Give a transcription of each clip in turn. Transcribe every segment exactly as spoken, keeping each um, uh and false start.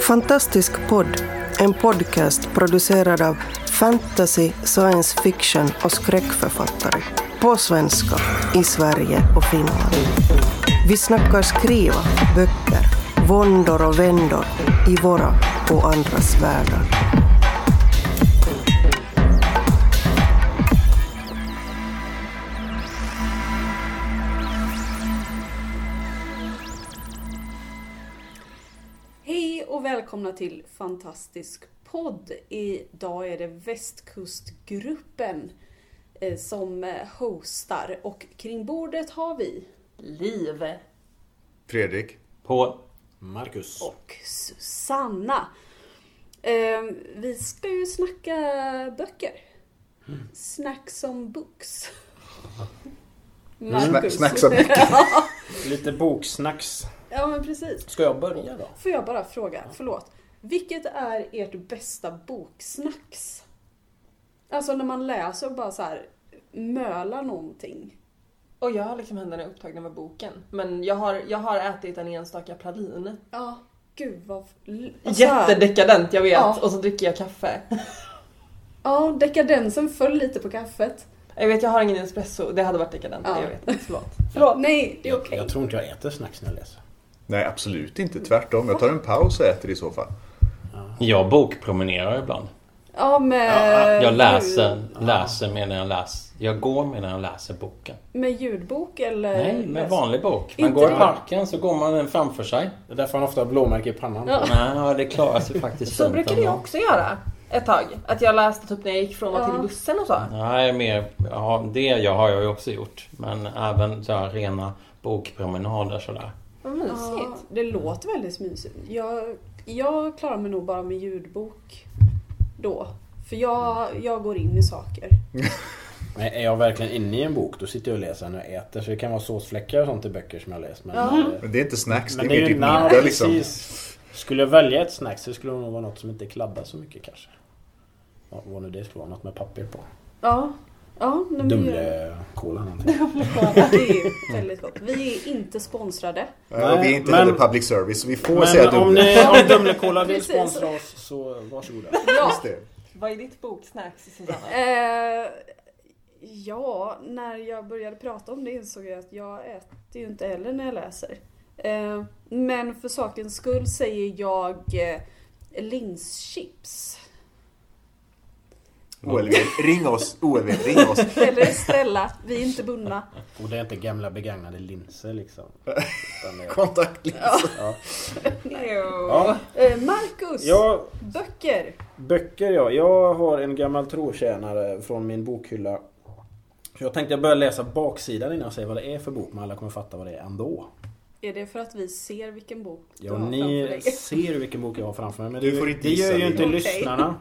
Fantastisk podd, en podcast producerad av fantasy, science fiction och skräckförfattare. På svenska, i Sverige och Finland. Vi snackar skriva, böcker, våndor och vändor i våra och andras världar. Hej och välkomna till Fantastisk podd. Idag är det Västkustgruppen eh, som hostar. Och kring bordet har vi Liv, Fredrik, Paul, Marcus och Susanna. Eh, vi ska ju snacka böcker. Mm. Snacks om books. Marcus. Snacks om böcker. Lite boksnacks. Ja, men precis. Ska jag börja då? Får jag bara fråga, förlåt. Vilket är ert bästa boksnacks? Alltså när man läser och bara så här mölar någonting. och jag har liksom händerna upptagna med boken. Men jag har, jag har ätit en enstaka pralin. Ja, gud vad... Jättedekadent, jag vet. Ja. Och så dricker jag kaffe. Ja, dekadensen föll lite på kaffet. Jag vet, jag har ingen espresso. Det hade varit dekadent, Ja. jag vet. Förlåt. Förlåt. Nej, det är okej. Okay. Jag tror inte jag äter snacks när jag läser. Nej, absolut inte. Tvärtom. Jag tar en paus och äter i så fall. jag bokpromenerar ibland. Ja, med... Jag läser, läser medan jag läser. Jag går medan jag läser boken. Med ljudbok eller... Nej, med vanlig bok. Man Inte går i det. parken så går man den framför sig. Det är därför han ofta har blåmärke i pannan. Ja. Nej, det klarar sig faktiskt Så fint brukade ändå. jag också göra ett tag. Att jag läste typ när jag gick från och Ja. till bussen och så. Nej, mer, ja, det jag har jag ju också gjort. Men även så här rena bokpromenader sådär. Vad mysigt. Ja, det låter väldigt mysigt. Jag, jag klarar mig nog bara med ljudbok då. För jag, jag går in i saker. Men är jag verkligen inne i en bok, då sitter jag och läser när jag äter. Så det kan vara såsfläckar och sånt i böcker som jag läst. Men, Ja. eh, Men det är inte snacks, men det är mer ju typ na- middag liksom. precis. Skulle jag välja ett snacks så skulle det nog vara något som inte kladdar så mycket kanske. Ja, vad nu det skulle vara, något med papper på. Ja. Ja, men vi- Dumle-cola någonting. Det är väldigt gott. Vi är inte sponsrade. Ja, och vi är inte Men- heller public service, så vi får Men säga om, Dumle. ni, om Dumle-cola vill Precis. sponsra oss så varsågoda. Ja. Just det. Vad är ditt boksnacks, Susanna? Eh, ja, när jag började prata om det insåg jag att jag äter ju inte heller när jag läser. Eh, men för sakens skull säger jag eh, linschips. O L V, ring oss. O L V, ring oss. Eller Stella, vi är inte bundna. Och det är inte gamla begagnade linser liksom. Utan det är- Kontaktlinser. ja. Ja. Eh, Marcus, Ja, böcker. böcker ja. Jag har en gammal trotjänare från min bokhylla. Jag tänkte jag börja läsa baksidan innan jag säger vad det är för bok. Men alla kommer fatta vad det är ändå. Är det för att vi ser vilken bok du Ja, har framför ni dig? ser vilken bok jag har framför mig. Men Du det, får inte det gör gissa ju det. inte Okej. lyssnarna.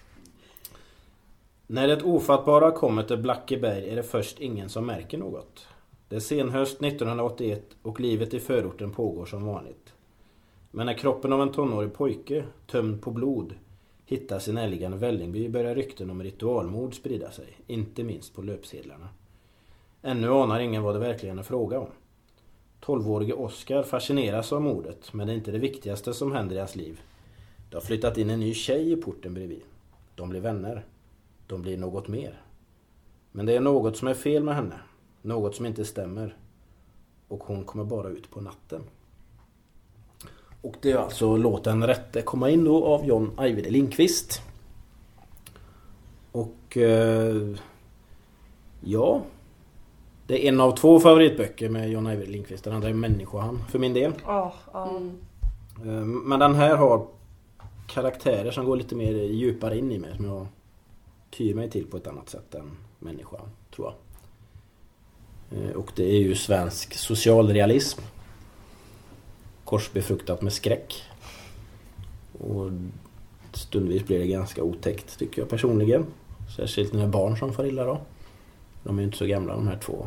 När det ofattbara kommer till Blackeberg är det först ingen som märker något. Det är senhöst nittonhundraåttioett och livet i förorten pågår som vanligt. Men när kroppen av en tonårig pojke, tömd på blod, hittas i närliggande Vällingby börjar rykten om ritualmord sprida sig, inte minst på löpsedlarna. Ännu anar ingen vad det verkligen är fråga om. tolvårige Oscar fascineras av mordet, men det är inte det viktigaste som händer i hans liv. Det har flyttat in en ny tjej i porten bredvid. De blir vänner. De blir något mer. Men det är något som är fel med henne. Något som inte stämmer. Och hon kommer bara ut på natten. Och det är alltså låten Rätte komma in då av John Ajvide Lindqvist. Och eh, ja, det är en av två favoritböcker med John Ajvide Lindqvist. Den andra är Människohan för min del. Ja, ja. Mm. Eh, Men den här har karaktärer som går lite mer djupare in i mig, som jag tyr mig till på ett annat sätt än människan, tror jag. Eh, Och det är ju svensk socialrealism. Korsbefruktat med skräck. Och stundvis blir det ganska otäckt, tycker jag personligen. Särskilt när det är barn som får illa då. De är ju inte så gamla, de här två.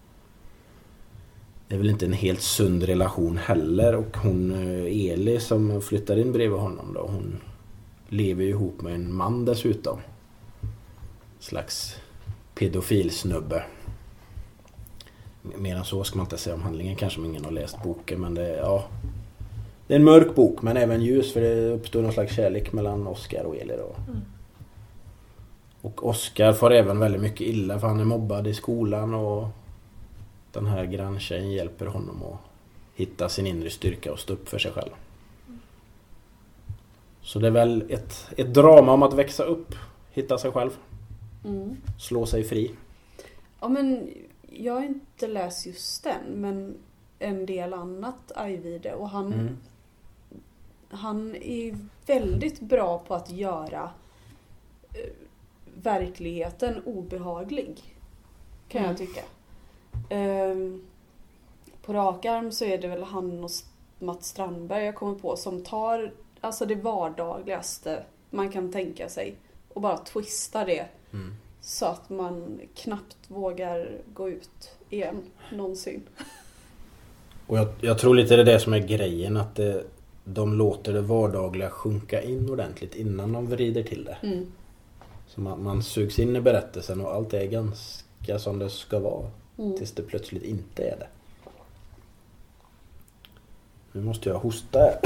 Det är väl inte en helt sund relation heller. Och hon Eli som flyttar in bredvid honom då, hon lever ju ihop med en man dessutom. Slags pedofilsnubbe. Mer än så ska man inte säga om handlingen, kanske om ingen har läst boken. Men det, ja, det är en mörk bok men även ljus, för det uppstår någon slags kärlek mellan Oscar och Eli då. Mm. Och Oscar får även väldigt mycket illa för han är mobbad i skolan och den här granntjejen hjälper honom att hitta sin inre styrka och stå upp för sig själv. Så det är väl ett, ett drama om att växa upp, hitta sig själv, mm. slå sig fri. Ja, men jag har inte läst just den, men en del annat Ajvide, och han, mm. han är väldigt bra på att göra eh, verkligheten obehaglig, kan mm. jag tycka. Um, på rak arm så är det väl han och Mats Strandberg jag kommer på som tar alltså det vardagligaste man kan tänka sig och bara twistar det mm. så att man knappt vågar gå ut igen någonsin. Och jag, jag tror lite det är det som är grejen, att det, de låter det vardagliga sjunka in ordentligt innan de vrider till det. Mm. Så man, man sugs in i berättelsen och allt är ganska som det ska vara. Mm. Tills det plötsligt inte är det. Nu måste jag hosta här.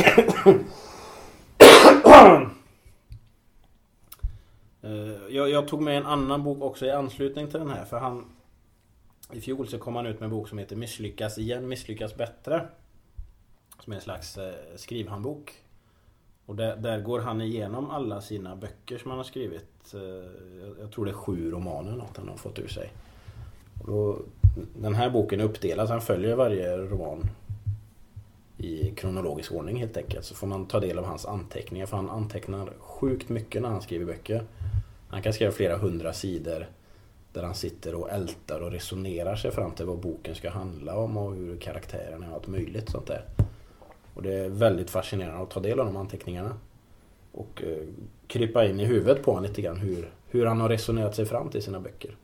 jag, jag tog med en annan bok också i anslutning till den här. För han i fjol så kom han ut med en bok som heter Misslyckas igen, misslyckas bättre. Som är en slags eh, skrivhandbok. Och där, där går han igenom alla sina böcker som han har skrivit. Eh, jag, jag tror det är sju romaner något han har fått ur sig. Och då, den här boken är uppdelad, så han följer varje roman i kronologisk ordning helt enkelt. Så får man ta del av hans anteckningar, för han antecknar sjukt mycket när han skriver böcker. Han kan skriva flera hundra sidor där han sitter och ältar och resonerar sig fram till vad boken ska handla om och hur karaktärerna är, allt möjligt sånt där. Och det är väldigt fascinerande att ta del av de anteckningarna och eh, krypa in i huvudet på honom lite grann hur, hur han har resonerat sig fram till sina böcker.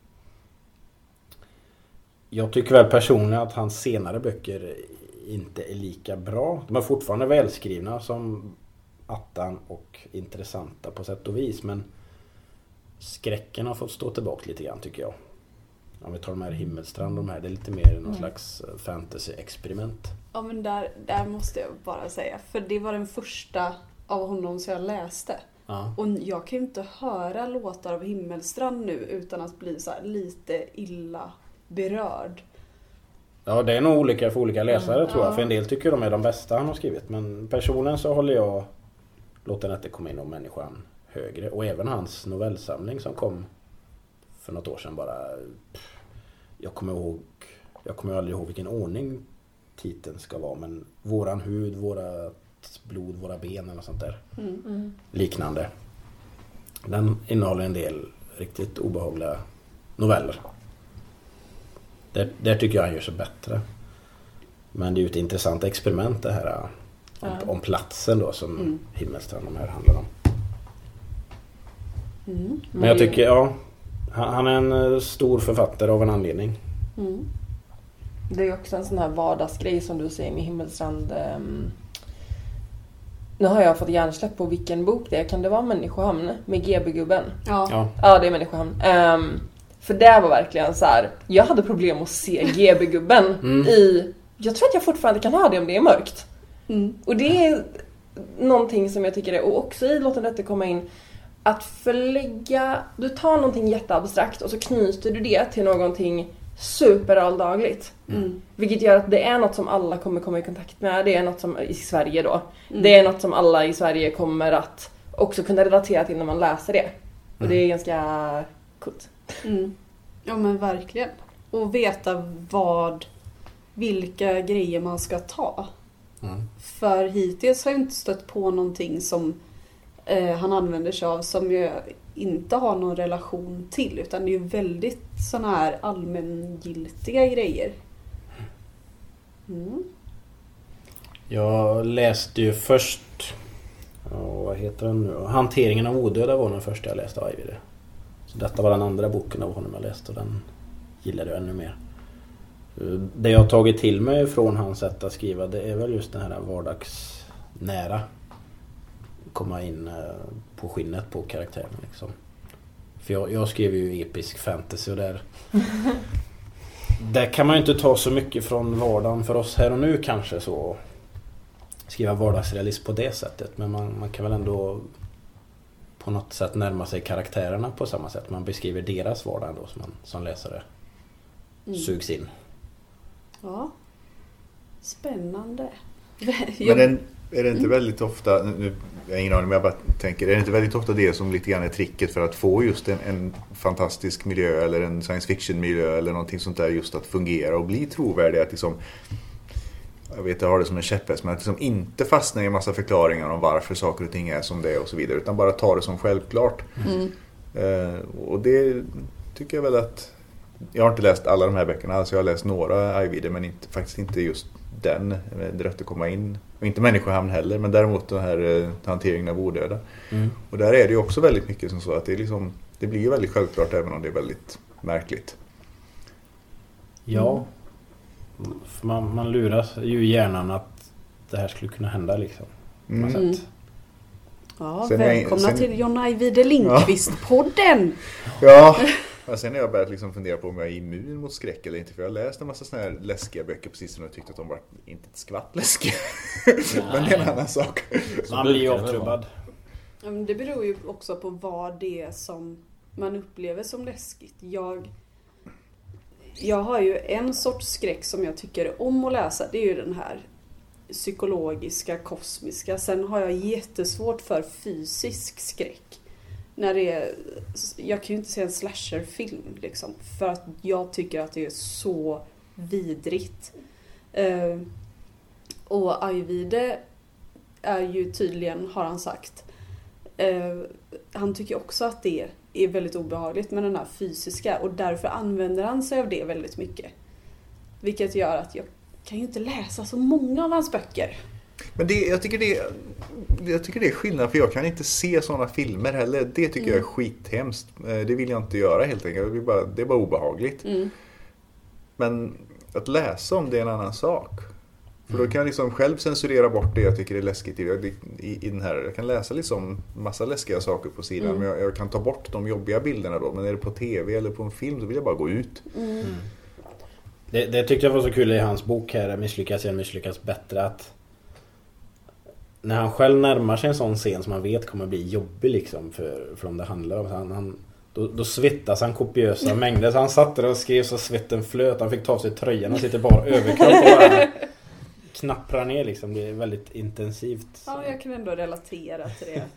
Jag tycker väl personligen att hans senare böcker inte är lika bra. De är fortfarande välskrivna som attan och intressanta på sätt och vis, men skräcken har fått stå tillbaka lite grann tycker jag. Om vi tar de här Himmelstrand, de här, det är lite mer någon mm. slags fantasy-experiment. Ja, men där, där måste jag bara säga, för det var den första av honom som jag läste. Ja. Och jag kan ju inte höra låtar av Himmelstrand nu utan att bli så här lite illa berörd. Ja, det är nog olika för olika läsare mm. tror jag. För en del tycker de är de bästa han har skrivit. Men personligen så håller jag Låten att det kom in om människan högre. Och även hans novellsamling som kom för något år sedan bara. Jag kommer ihåg, jag kommer aldrig ihåg vilken ordning titeln ska vara. Men våran hud, vårat blod, våra ben eller sånt där. Mm. Mm. Liknande. Den innehåller en del riktigt obehagliga noveller. Där, där tycker jag han gör sig bättre. Men det är ju ett intressant experiment det här om, ja. om platsen då som mm. Himmelstrand de här handlar om. Mm. Men jag tycker, ja, han, han är en stor författare av en anledning. Mm. Det är också en sån här vardagsgrej som du säger med Himmelstrand. Um, nu har jag fått hjärnsläpp på vilken bok det är. Kan det vara Människohamn med G B-gubben? Ja. ja. Ja, det är Människohamn. Um, För det var verkligen så här. Jag hade problem att se G B-gubben mm. i... Jag tror att jag fortfarande kan ha det om det är mörkt. Mm. Och det är någonting som jag tycker är... Och också i Låten detta komma in. Att förlägga... Du tar någonting jätteabstrakt och så knyter du det till någonting superalldagligt. Mm. Vilket gör att det är något som alla kommer komma i kontakt med. Det är något som i Sverige då. Mm. Det är något som alla i Sverige kommer att också kunna relatera till när man läser det. Och mm. det är ganska coolt. Mm. Ja, men verkligen. Och veta vad, vilka grejer man ska ta. Mm. För hittills har jag inte stött på någonting som eh, han använder sig av som jag inte har någon relation till. Utan det är ju väldigt såna här allmängiltiga grejer. Mm. Jag läste ju först, oh, vad heter den nu? Hanteringen av odöda var den första jag läste av Ajvide. Så detta var den andra boken av honom jag läste och den gillade jag ännu mer. Det jag har tagit till mig från hans sätt att skriva, det är väl just den här vardagsnära. Komma in på skinnet på karaktären liksom. För jag, jag skriver ju episk fantasy och där där kan man ju inte ta så mycket från vardagen för oss här och nu kanske så. skriva vardagsrealism på det sättet. Men man, man kan väl ändå på något sätt närma sig karaktärerna på samma sätt. Man beskriver deras vardag ändå som man som läsare mm. sugs in. Ja. Spännande. Men en, är det inte väldigt ofta, nu jag har ingen aning men jag bara tänker, är det inte väldigt ofta det som lite grann är tricket för att få just en, en fantastisk miljö eller en science fiction miljö eller någonting sånt där just att fungera och bli trovärdig, att liksom, jag vet jag har det som en käpphäst, men att liksom inte fastna i en massa förklaringar om varför saker och ting är som det är och så vidare, utan bara ta det som självklart. Mm. Eh, och det tycker jag väl att, jag har inte läst alla de här böckerna, alltså jag har läst några Ajvide men inte, faktiskt inte just den, Drötte komma in, och inte Människohamn heller, men däremot den här eh, hanteringen av odöda. Mm. Och där är det ju också väldigt mycket som så att det är liksom, det blir ju väldigt självklart även om det är väldigt märkligt. Ja, för man, man luras ju hjärnan att det här skulle kunna hända liksom. Mm. Mm. Ja, sen välkomna jag, sen, till John Ajvide Lindqvist-podden! Ja, och sen har jag börjat liksom fundera på om jag är immun mot skräck eller inte, för jag har läst en massa såna här läskiga böcker precis och tyckte att de var inte ett skvatt läskiga. Men det är en annan sak. Man blir ju avtrubbad. Det beror ju också på vad det är som man upplever som läskigt. Jag, jag har ju en sorts skräck som jag tycker om att läsa, det är ju den här psykologiska, kosmiska. Sen har jag jättesvårt för fysisk skräck. När det är, jag kan ju inte se en slasherfilm liksom, för att jag tycker att det är så vidrigt. Uh, och Ajvide är ju tydligen, har han sagt, uh, han tycker också att det är väldigt obehagligt med den här fysiska, och därför använder han sig av det väldigt mycket. Vilket gör att jag kan ju inte läsa så många av hans böcker. Men det, jag, tycker det, jag tycker det är skillnad, för jag kan inte se sådana filmer heller. Det tycker mm. jag är skithemskt. Det vill jag inte göra helt enkelt. Det är bara, det är bara obehagligt. Mm. Men att läsa om det är en annan sak. För då kan jag liksom själv censurera bort det jag tycker är läskigt i, i, i den här. Jag kan läsa liksom massa läskiga saker på sidan. Mm. Men jag, jag kan ta bort de jobbiga bilderna då. Men är det på tv eller på en film så vill jag bara gå ut. Mm. Mm. Det, det tyckte jag var så kul i hans bok här, Misslyckas eller misslyckas bättre, att när han själv närmar sig en sån scen som han vet kommer bli jobbig liksom för, för om det handlar om, han, han, då, då svettas han kopiösa mängder, så han satt där och skrev så svetten flöt, han fick ta av sig tröjan och sitter bara överkropp och bara knapprar ner liksom, det är väldigt intensivt. Ja, jag kan ändå relatera till det.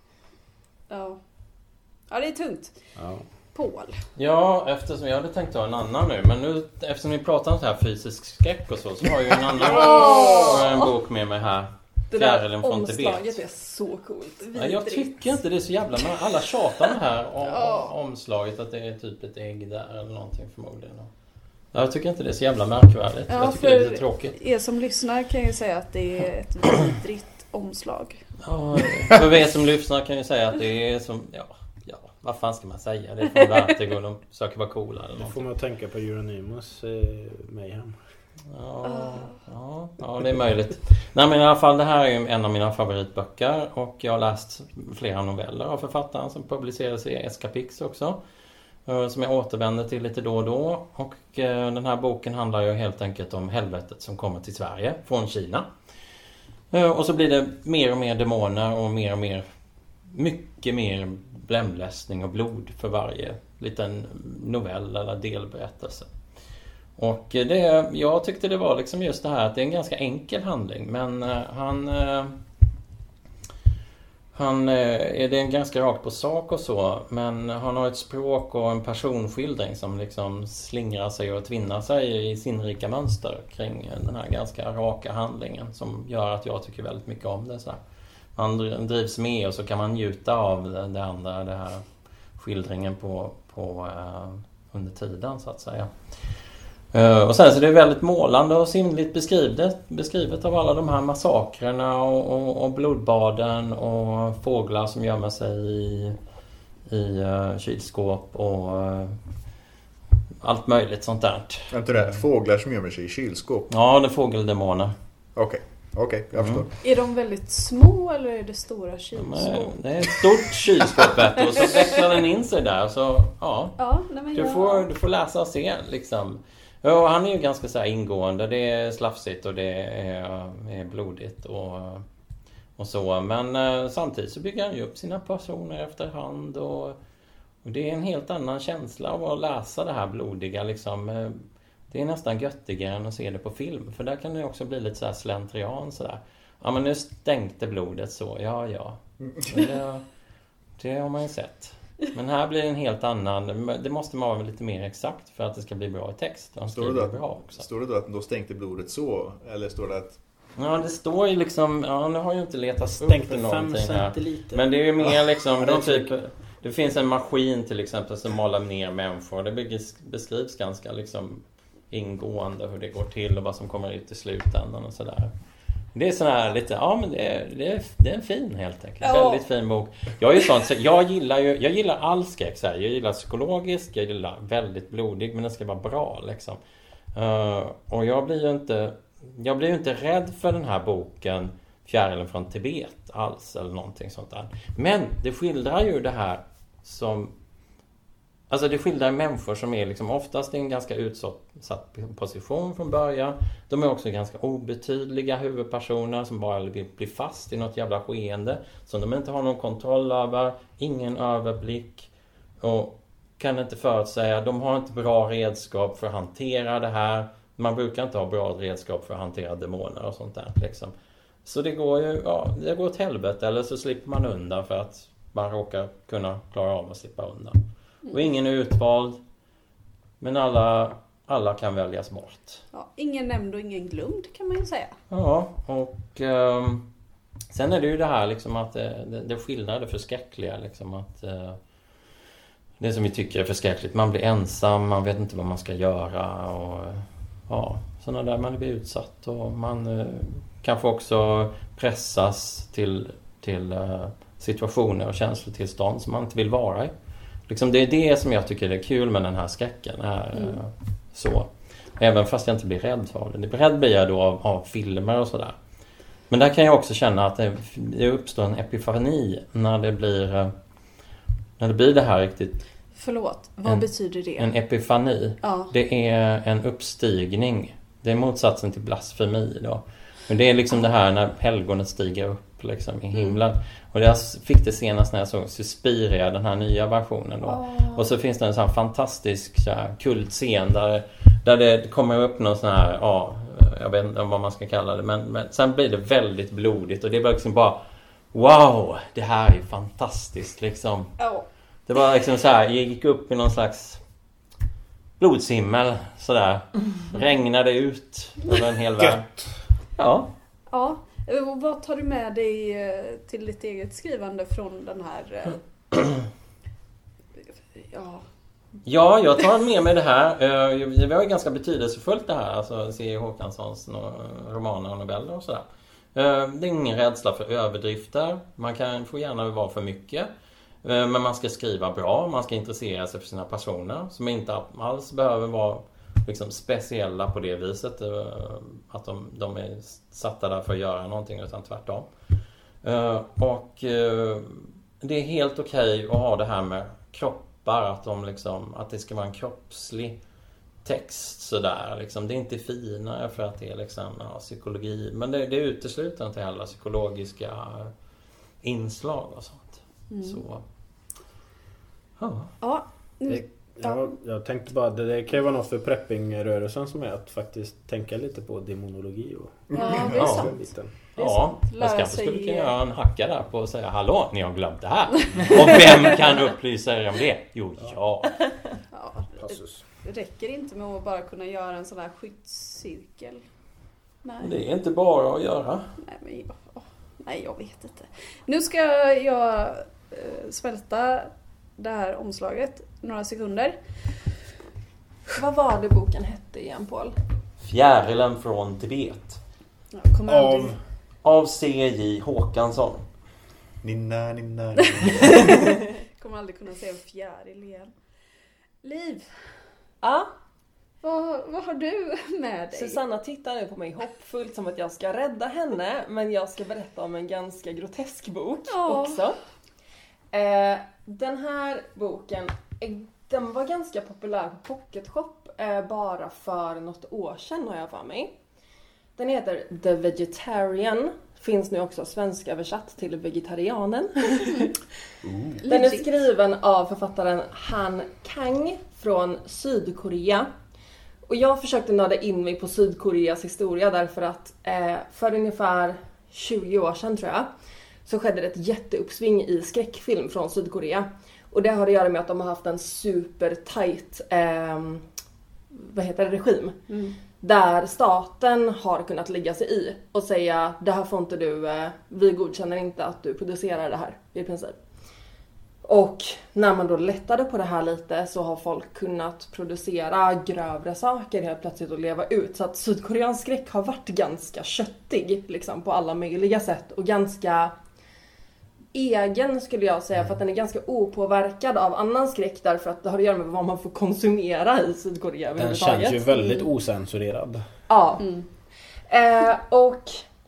Ja, ja det är tungt. Ja. Paul. Ja, eftersom jag hade tänkt ta en annan nu, men nu eftersom vi pratar om så här fysisk skräck och så, så har jag ju en annan oh! en bok med mig här. Det där omslaget är så coolt. Ja, jag tycker inte det är så jävla, men alla tjatar med här om, oh. omslaget att det är typ ett ägg där eller någonting förmodligen. Jag tycker inte det är så jävla märkvärdigt. Ja, jag tycker det är lite tråkigt. Er som lyssnar kan ju säga att det är ett vidrigt omslag. Ja, för er som lyssnar kan ju säga att det är som, ja, ja, vad fan ska man säga? Det är från Vertigo, de försöker vara coola eller något. Får man tänka på Euronymous eh, Mayhem. Ja, ja, ja, det är möjligt. Nej, men i alla fall, det här är ju en av mina favoritböcker, och jag har läst flera noveller av författaren som publiceras i Escapix också, som jag återvänder till lite då och då. Och den här boken handlar ju helt enkelt om helvetet som kommer till Sverige från Kina. Och så blir det mer och mer demoner och mer och mer, mycket mer blämlästning och blod för varje liten novell eller delberättelse. Och det, jag tyckte det var liksom just det här att det är en ganska enkel handling, men han han är det en ganska rakt på sak och så, men han har ett språk och en personskildring som liksom slingrar sig och tvinnar sig i sinnrika mönster kring den här ganska raka handlingen, som gör att jag tycker väldigt mycket om det så här. Man drivs med och så kan man njuta av det, det andra, det här skildringen på, på uh, under tiden så att säga. Uh, och sen så är det väldigt målande och sinnligt beskrivet, beskrivet av alla de här massakrerna och, och, och blodbaden och fåglar som gömmer sig i, i uh, kylskåp och uh, allt möjligt sånt där. Är inte det fåglar som gömmer sig i kylskåp? Ja, det är fågeldemoner. Okej. Okay. Okej, okay, jag förstår. Mm. Är de väldigt små eller är det stora kylskåp? Det är ett stort kylskåp och så växlar den in sig där. Så, ja, ja nej, men du, jag... får, du får läsa och se liksom. Ja, han är ju ganska så här ingående. Det är slafsigt och det är, är blodigt och, och så. Men eh, samtidigt så bygger han ju upp sina personer efterhand. Och, och det är en helt annan känsla av att läsa det här blodiga. Liksom. Det är nästan göttigare än att se det på film. För där kan det också bli lite så här slentrian sådär. Ja, men nu stänkte blodet så. Ja, ja. Det, det har man ju sett. Men här blir det en helt annan. Det måste man vara lite mer exakt för att det ska bli bra i text. Står det, då att, bra också. Står det då att då stänkte blodet så? Eller står det att... Ja, det står ju liksom... Ja, nu har jag ju inte letat stänkte någonting här. Men det är ju mer liksom... Det, typ, det finns en maskin till exempel som malar ner människor. Det beskrivs ganska liksom ingående hur det går till och vad som kommer ut i slutändan och sådär. Det är sån här lite, ja men det är, det är, det är en fin helt enkelt. Ja. Väldigt fin bok. Jag är ju sånt, så jag gillar ju, jag gillar all skräck så här. Jag gillar psykologisk, jag gillar väldigt blodig, men den ska vara bra liksom. Uh, och jag blir ju inte, jag blir ju inte rädd för den här boken Fjärilen från Tibet alls eller någonting sånt där. Men det skildrar ju det här som, alltså det skildrar människor som är liksom oftast i en ganska utsatt position från början. De är också ganska obetydliga huvudpersoner som bara blir fast i något jävla skeende som de inte har någon kontroll över, ingen överblick och kan inte förutsäga. De har inte bra redskap för att hantera det här. Man brukar inte ha bra redskap för att hantera demoner och sånt där liksom. Så det går ju, ja, det går åt helvete eller så slipper man undan för att man råkar kunna klara av att slippa undan. Och ingen är utvald. Men alla, alla kan väljas bort. Ja, ingen nämnd och ingen glömd kan man ju säga. Ja, och eh, sen är det ju det här liksom att det, det, det skillnar det förskräckliga. Liksom att, eh, det som vi tycker är förskräckligt. Man blir ensam, man vet inte vad man ska göra. Och, ja, sådana där man blir utsatt. Och man eh, kanske också pressas till, till eh, situationer och känslotillstånd som man inte vill vara i. Liksom det är det som jag tycker är kul med den här skräcken. Är, mm. så. Även fast jag inte blir rädd för den. Rädd blir jag då av, av filmer och sådär. Men där kan jag också känna att det, det uppstår en epifani när det blir när det blir det här riktigt. Förlåt, vad en, betyder det? En epifani. Ja. Det är en uppstigning. Det är motsatsen till blasfemi då. Men det är liksom det här när helgonet stiger upp liksom i himlen. Mm. Och jag fick det senast när jag såg Suspiria, den här nya versionen då. Oh. Och så finns det en sån här fantastisk så här, kultscen där, där det kommer upp någon sån här, ja, jag vet inte vad man ska kalla det. Men, men sen blir det väldigt blodigt och det var liksom bara, wow, det här är fantastiskt liksom. Oh. Det var liksom så här, jag gick upp i någon slags blodsimmel sådär. Mm. Regnade ut över en hel värld. Ja. Ja. Och vad tar du med dig till ditt eget skrivande från den här... Ja, ja jag tar med mig det här. Det var ju ganska betydelsefullt det här. Alltså C. Håkanssons romaner och noveller och sådär. Det är ingen rädsla för överdrifter. Man kan få gärna vara för mycket. Men man ska skriva bra. Man ska intressera sig för sina personer. Som inte alls behöver vara... liksom speciella på det viset att de, de är satta där för att göra någonting utan tvärtom. Och det är helt okej att ha det här med kroppar, att, de liksom, att det ska vara en kroppslig text sådär. Liksom. Det är inte finare för att det är liksom, ja, psykologi, men det, det utesluter inte heller psykologiska inslag och sånt. Mm. Så. Ja. Ja. Mm. Ja, jag tänkte bara, det, det kan ju vara något för preppingrörelsen som är att faktiskt tänka lite på demonologi och... Ja, det är sant. Liten. Det är ja, jag kanske skulle kunna göra en hacka där på och säga, hallå, ni har glömt det här. Och vem kan upplysa er om det? Jo, ja. Ja, det räcker inte med att bara kunna göra en sån här skyddscirkel. Nej. Det är inte bara att göra. Nej, men jag, oh, nej, jag vet inte. Nu ska jag eh, smälta det här omslaget några sekunder. Vad var det boken hette igen, Paul? Fjärilen från Tibet. Av, aldrig... av C J Håkansson. Ninna, ninna, ninna. Kommer aldrig kunna säga fjäril igen. Liv. Ja? Vad, vad har du med dig? Susanna tittar nu på mig hoppfullt som att jag ska rädda henne. Men jag ska berätta om en ganska grotesk bok oh. också. Eh, den här boken, den var ganska populär på Pocket Shop eh, bara för något år sedan har jag för mig. Den heter The Vegetarian. Finns nu också svensk översatt till Vegetarianen. Den är skriven av författaren Han Kang från Sydkorea. Och jag försökte nörda in mig på Sydkoreas historia därför att eh, för ungefär tjugo år sedan tror jag så skedde det ett jätteuppsving i skräckfilm från Sydkorea. Och det har att göra med att de har haft en super tight eh, vad heter det, regim. Mm. Där staten har kunnat lägga sig i och säga det här får inte du, eh, vi godkänner inte att du producerar det här i princip. Och när man då lättade på det här lite så har folk kunnat producera grövre saker helt plötsligt och leva ut. Så att sydkoreansk skräck har varit ganska köttig liksom, på alla möjliga sätt. Och ganska egen skulle jag säga, för att den är ganska opåverkad av annan skräck därför att det har att göra med vad man får konsumera i Sydkorea. Den känns ju väldigt osensurerad. Ja. Mm. Eh, och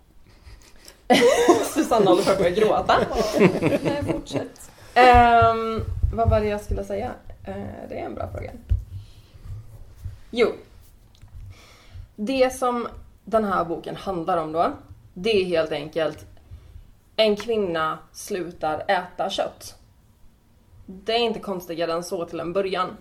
Susanna håller på att börja gråta. Nej, fortsätt. Um, vad var det jag skulle säga? Uh, det är en bra fråga. Jo. Det som den här boken handlar om då, det är helt enkelt en kvinna slutar äta kött. Det är inte konstigare än så till en början.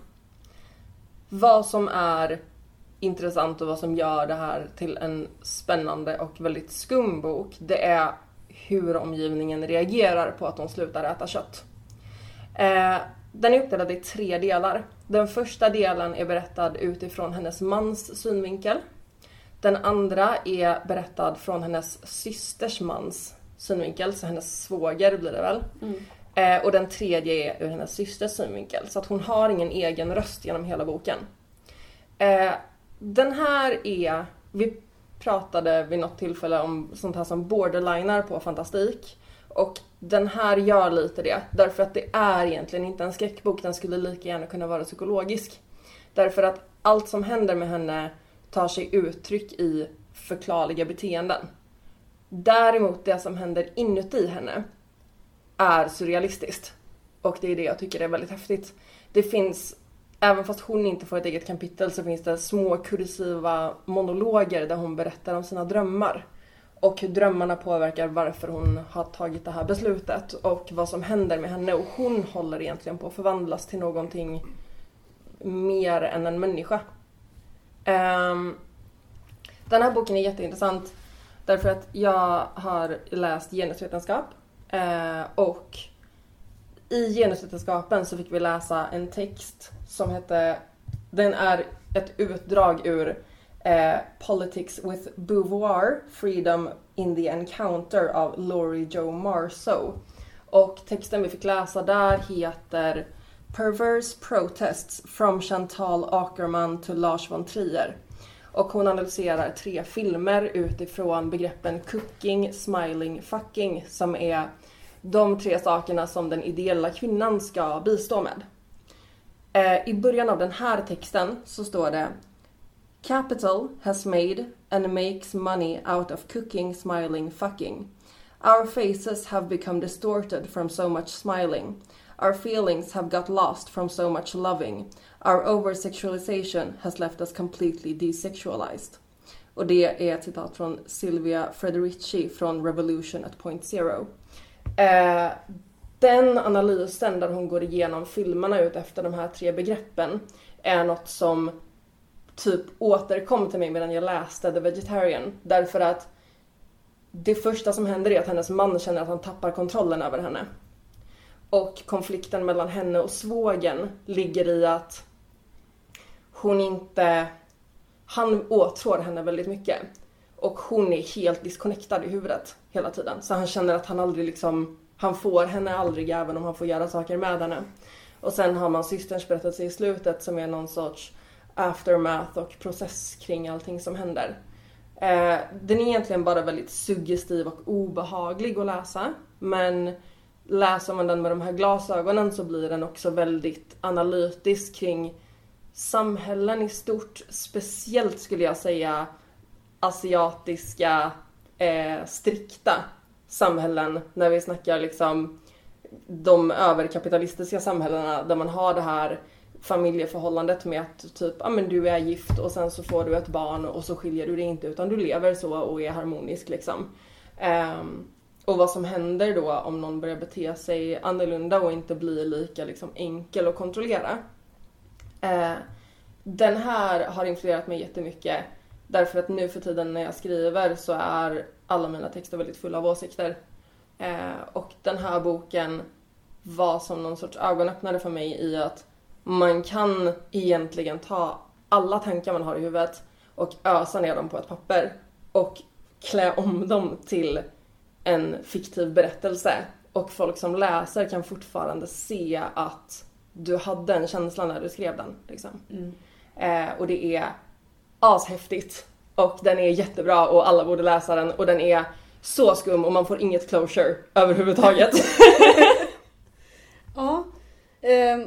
Vad som är intressant och vad som gör det här till en spännande och väldigt skum bok, det är hur omgivningen reagerar på att hon slutar äta kött. Eh, den är uppdelad i tre delar. Den första delen är berättad utifrån hennes mans synvinkel. Den andra är berättad från hennes systers mans synvinkel, så hennes svåger blir det väl. Mm. Eh, och den tredje är ur hennes systers synvinkel. Så att hon har ingen egen röst genom hela boken. Eh, den här är... Vi pratade vid något tillfälle om sånt här som borderliner på fantastik. Och den här gör lite det. Därför att det är egentligen inte en skräckbok. Den skulle lika gärna kunna vara psykologisk. Därför att allt som händer med henne tar sig uttryck i förklarliga beteenden. Däremot det som händer inuti henne är surrealistiskt. Och det är det jag tycker är väldigt häftigt. Det finns, även fast hon inte får ett eget kapitel, så finns det små kursiva monologer där hon berättar om sina drömmar. Och hur drömmarna påverkar varför hon har tagit det här beslutet. Och vad som händer med henne. Och hon håller egentligen på att förvandlas till någonting mer än en människa. Um, den här boken är jätteintressant. Därför att jag har läst genusvetenskap. Uh, och i genusvetenskapen så fick vi läsa en text som heter... Den är ett utdrag ur... Uh, Politics with Beauvoir, Freedom in the Encounter av Laurie Jo Marceau. Och texten vi fick läsa där heter Perverse Protests from Chantal Akerman to Lars von Trier. Och hon analyserar tre filmer utifrån begreppen cooking, smiling, fucking, som är de tre sakerna som den ideella kvinnan ska bistå med. Uh, I början av den här texten så står det: Capital has made and makes money out of cooking, smiling, fucking. Our faces have become distorted from so much smiling. Our feelings have got lost from so much loving. Our over-sexualization has left us completely desexualized. Och det är ett citat från Silvia Federici från Revolution at Point Zero. Eh, den analysen där hon går igenom filmerna ut efter de här tre begreppen är något som typ återkom till mig medan jag läste The Vegetarian. Därför att det första som händer är att hennes man känner att han tappar kontrollen över henne. Och konflikten mellan henne och svågen ligger i att hon inte... Han åtrår henne väldigt mycket. Och hon är helt disconnectad i huvudet hela tiden. Så han känner att han aldrig liksom... Han får henne aldrig även om han får göra saker med henne. Och sen har man systerns berättelse i slutet som är någon sorts aftermath och process kring allting som händer. Eh, den är egentligen bara väldigt suggestiv och obehaglig att läsa. Men läser man den med de här glasögonen så blir den också väldigt analytisk kring samhällen i stort. Speciellt skulle jag säga asiatiska eh, strikta samhällen. När vi snackar liksom de överkapitalistiska samhällena där man har det här familjeförhållandet med att typ, ja men du är gift och sen så får du ett barn och så skiljer du dig inte utan du lever så och är harmonisk liksom. Um, och vad som händer då om någon börjar bete sig annorlunda och inte blir lika liksom enkel att kontrollera. Uh, den här har influerat mig jättemycket därför att nu för tiden när jag skriver så är alla mina texter väldigt fulla av åsikter. Uh, och den här boken var som någon sorts ögonöppnare för mig i att man kan egentligen ta alla tankar man har i huvudet och ösa ner dem på ett papper och klä om dem till en fiktiv berättelse. Och folk som läser kan fortfarande se att du hade en känsla när du skrev den. Liksom. Mm. Eh, och det är ashäftigt. Och den är jättebra och alla borde läsa den. Och den är så skum och man får inget closure överhuvudtaget. Ja. Um.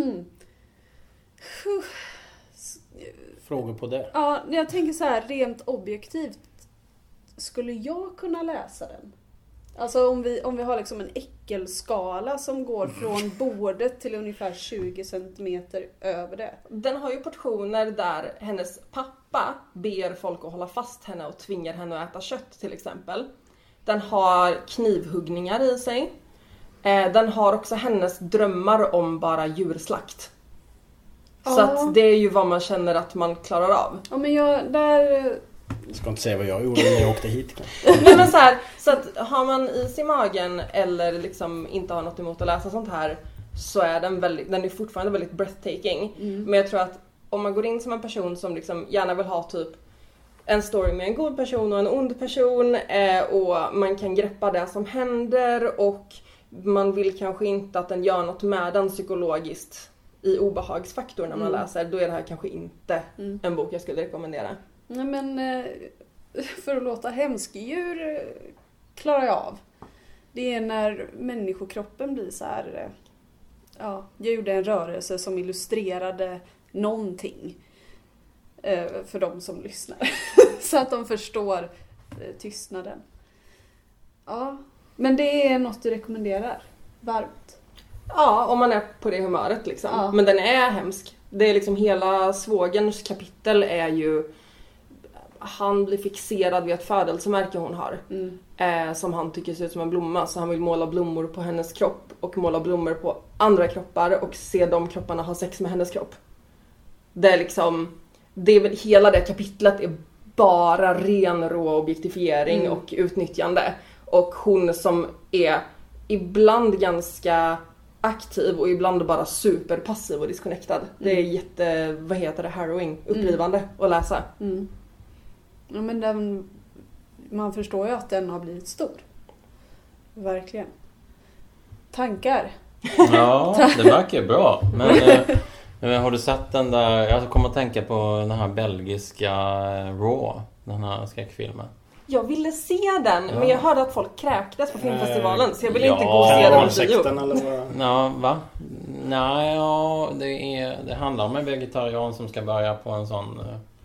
Frågor på det? Ja, jag tänker så här rent objektivt. Skulle jag kunna läsa den? Alltså om vi, om vi har liksom en äckelskala som går från bordet till ungefär tjugo centimeter över det. Den har ju portioner där hennes pappa ber folk att hålla fast henne och tvingar henne att äta kött till exempel. Den har knivhuggningar i sig. Den har också hennes drömmar om bara djurslakt. Ja. Så att det är ju vad man känner att man klarar av. Ja, men jag där... Jag ska inte säga vad jag gjorde när jag åkte hit. Nej, men så här, så att har man is i magen eller liksom inte har något emot att läsa sånt här så är den väldigt, den är fortfarande väldigt breathtaking. Mm. Men jag tror att om man går in som en person som liksom gärna vill ha typ en story med en god person och en ond person eh, och man kan greppa det som händer och man vill kanske inte att den gör något med den psykologiskt i obehagsfaktor när man mm. läser, då är det här kanske inte mm. en bok jag skulle rekommendera. Nej, men för att låta hemskdjur klarar jag av. Det är när människokroppen blir så här. Ja, jag gjorde en rörelse som illustrerade någonting för de som lyssnar. Så att de förstår tystnaden. Ja, men det är något du rekommenderar. Varmt. Ja, om man är på det humöret liksom. Ja. Men den är hemsk. Det är liksom hela svågerns kapitel är ju... Han blir fixerad vid ett födelsemärke hon har. Mm. Eh, som han tycker ser ut som en blomma. Så han vill måla blommor på hennes kropp. Och måla blommor på andra kroppar. Och se de kropparna ha sex med hennes kropp. Det är liksom... Det är väl, hela det kapitlet är bara ren rå objektifiering mm. och utnyttjande. Och hon som är ibland ganska aktiv och ibland bara superpassiv och disconnectad. Mm. Det är jätte, vad heter det, harrowing, upprivande mm. att läsa. Mm. Ja, men den, man förstår ju att den har blivit stor. Verkligen. Tankar? Ja, det verkar bra. Men eh, har du sett den där, jag kommer att tänka på den här belgiska Raw, den här skräckfilmen. Jag ville se den, ja. Men jag hörde att folk kräktes på filmfestivalen, så jag ville ja, inte gå och se den på bio. Ja, va? Nej, ja, det, är, det handlar om en vegetarian som ska börja på en sån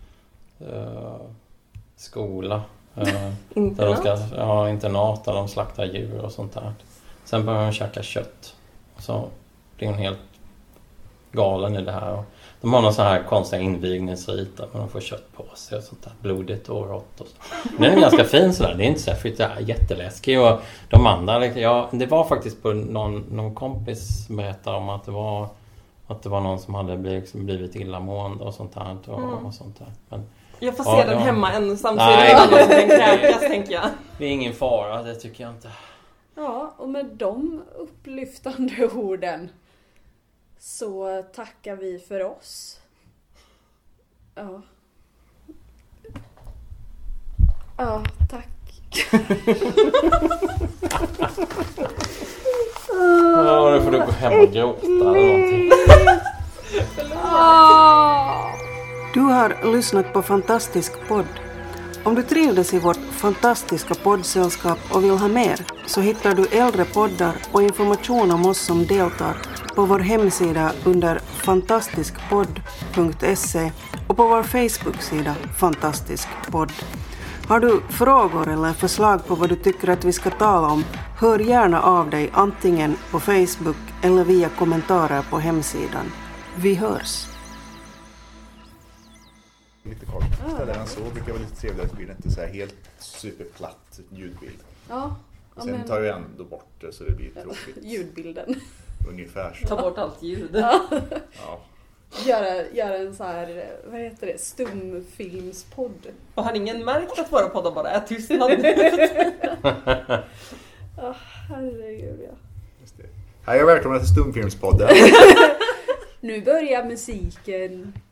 uh, skola. Uh, internat? Där de ska, ja, internat där de slaktar djur och sånt där. Sen börjar hon käka kött. Så blir hon helt galen i det här. Och de har någon sån här konstiga invigningsriter men de får kött på sig och sånt där. Blodigt och rått och så. Den är ganska fin sådär. Det är inte så för det är jätteläskig. Och de andra, ja, det var faktiskt på någon, någon kompis berättade om att det var att det var någon som hade blivit, blivit illamående och sånt där. Och, mm. och sånt där. Men, jag får se ja, den ja. hemma ensam. Nej, så är det den kräkas, tänker jag. Det är ingen fara, det tycker jag inte. Ja, och med de upplyftande orden så tackar vi för oss. Ja. Ja, tack. Ja, nu får du gå hem och gråta eller någonting. Du har lyssnat på Fantastisk podd. Om du trivdes i vårt fantastiska poddsällskap och vill ha mer så hittar du äldre poddar och information om oss som deltar på vår hemsida under fantastiskpodd punkt se och på vår Facebook-sida Fantastisk podd. Har du frågor eller förslag på vad du tycker att vi ska tala om, hör gärna av dig antingen på Facebook eller via kommentarer på hemsidan. Vi hörs. Lite kort. Ställer än så brukar vara lite trevligare. Det blir inte så här helt superplatt ljudbild. Ja. Sen men... tar vi ändå bort det så det blir tråkigt. Ljudbilden. Ungefär så. Ta bort allt ljud. Ja. Ja. Göra, göra en så här, vad heter det, stumfilmspodd. Och har ingen märkt att våra poddar bara är tystnad? Åh, oh, herregud, ja. Just det. Hej och välkomna till Stumfilmspodden. Nu börjar musiken.